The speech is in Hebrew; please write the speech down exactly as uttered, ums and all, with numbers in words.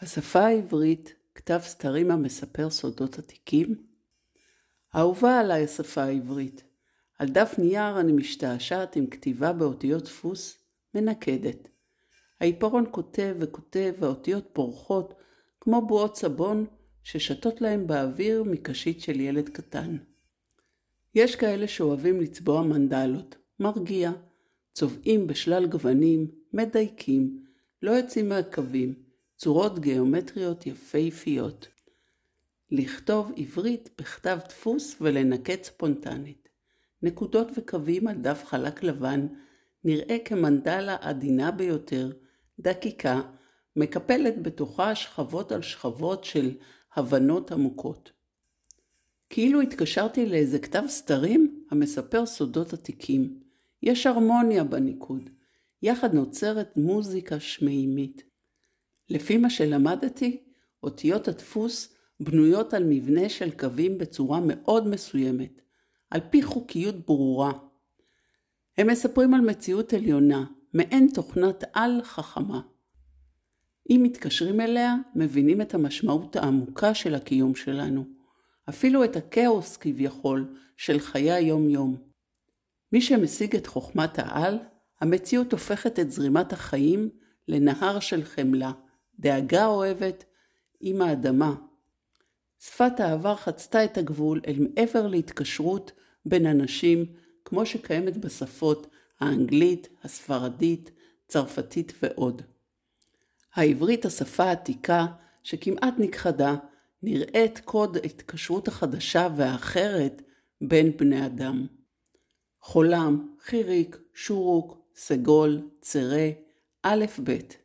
השפה העברית, כתב סתרים המספר סודות עתיקים. אהובה עליי השפה העברית. על דף נייר אני משתעשעת עם כתיבה באותיות דפוס מנקדת. העיפרון כותב וכותב והאותיות פורחות כמו בועות סבון ששתות להם באוויר מקשית של ילד קטן. יש כאלה שאוהבים לצבוע מנדלות, מרגיע, צובעים בשלל גוונים, מדייקים, לא יוצאים מהקווים, צורות גיאומטריות יפהפיות. לכתוב עברית בכתב דפוס ולנקד ספונטנית. נקודות וקווים על דף חלק לבן נראה כמנדלה עדינה ביותר, דקיקה, מקפלת בתוכה שכבות על שכבות של הבנות עמוקות. כאילו התקשרתי לאיזה כתב סתרים המספר סודות עתיקים. יש הרמוניה בניקוד, יחד נוצרת מוזיקה שמימית. לפי מה שלמדתי, אותיות הדפוס בנויות על מבנה של קווים בצורה מאוד מסוימת, על פי חוקיות ברורה. הם מספרים על מציאות עליונה, מעין תוכנת על חכמה. אם מתקשרים אליה, מבינים את המשמעות העמוקה של הקיום שלנו, אפילו את הכאוס כביכול של חיי היום-יום. מי שמשיג את חוכמת העל, המציאות הופכת את זרימת החיים לנהר של חמלה, דאגה אוהבת עם האדמה. שפת העבר חצתה את הגבול אל מעבר להתקשרות בין אנשים, כמו שקיימת בשפות האנגלית, הספרדית, צרפתית ועוד. העברית, השפה העתיקה שכמעט נכחדה, נראית קוד ההתקשרות החדשה והאחרת בין בני אדם. חולם, חיריק, שורוק, סגול, צרה, א' ב'.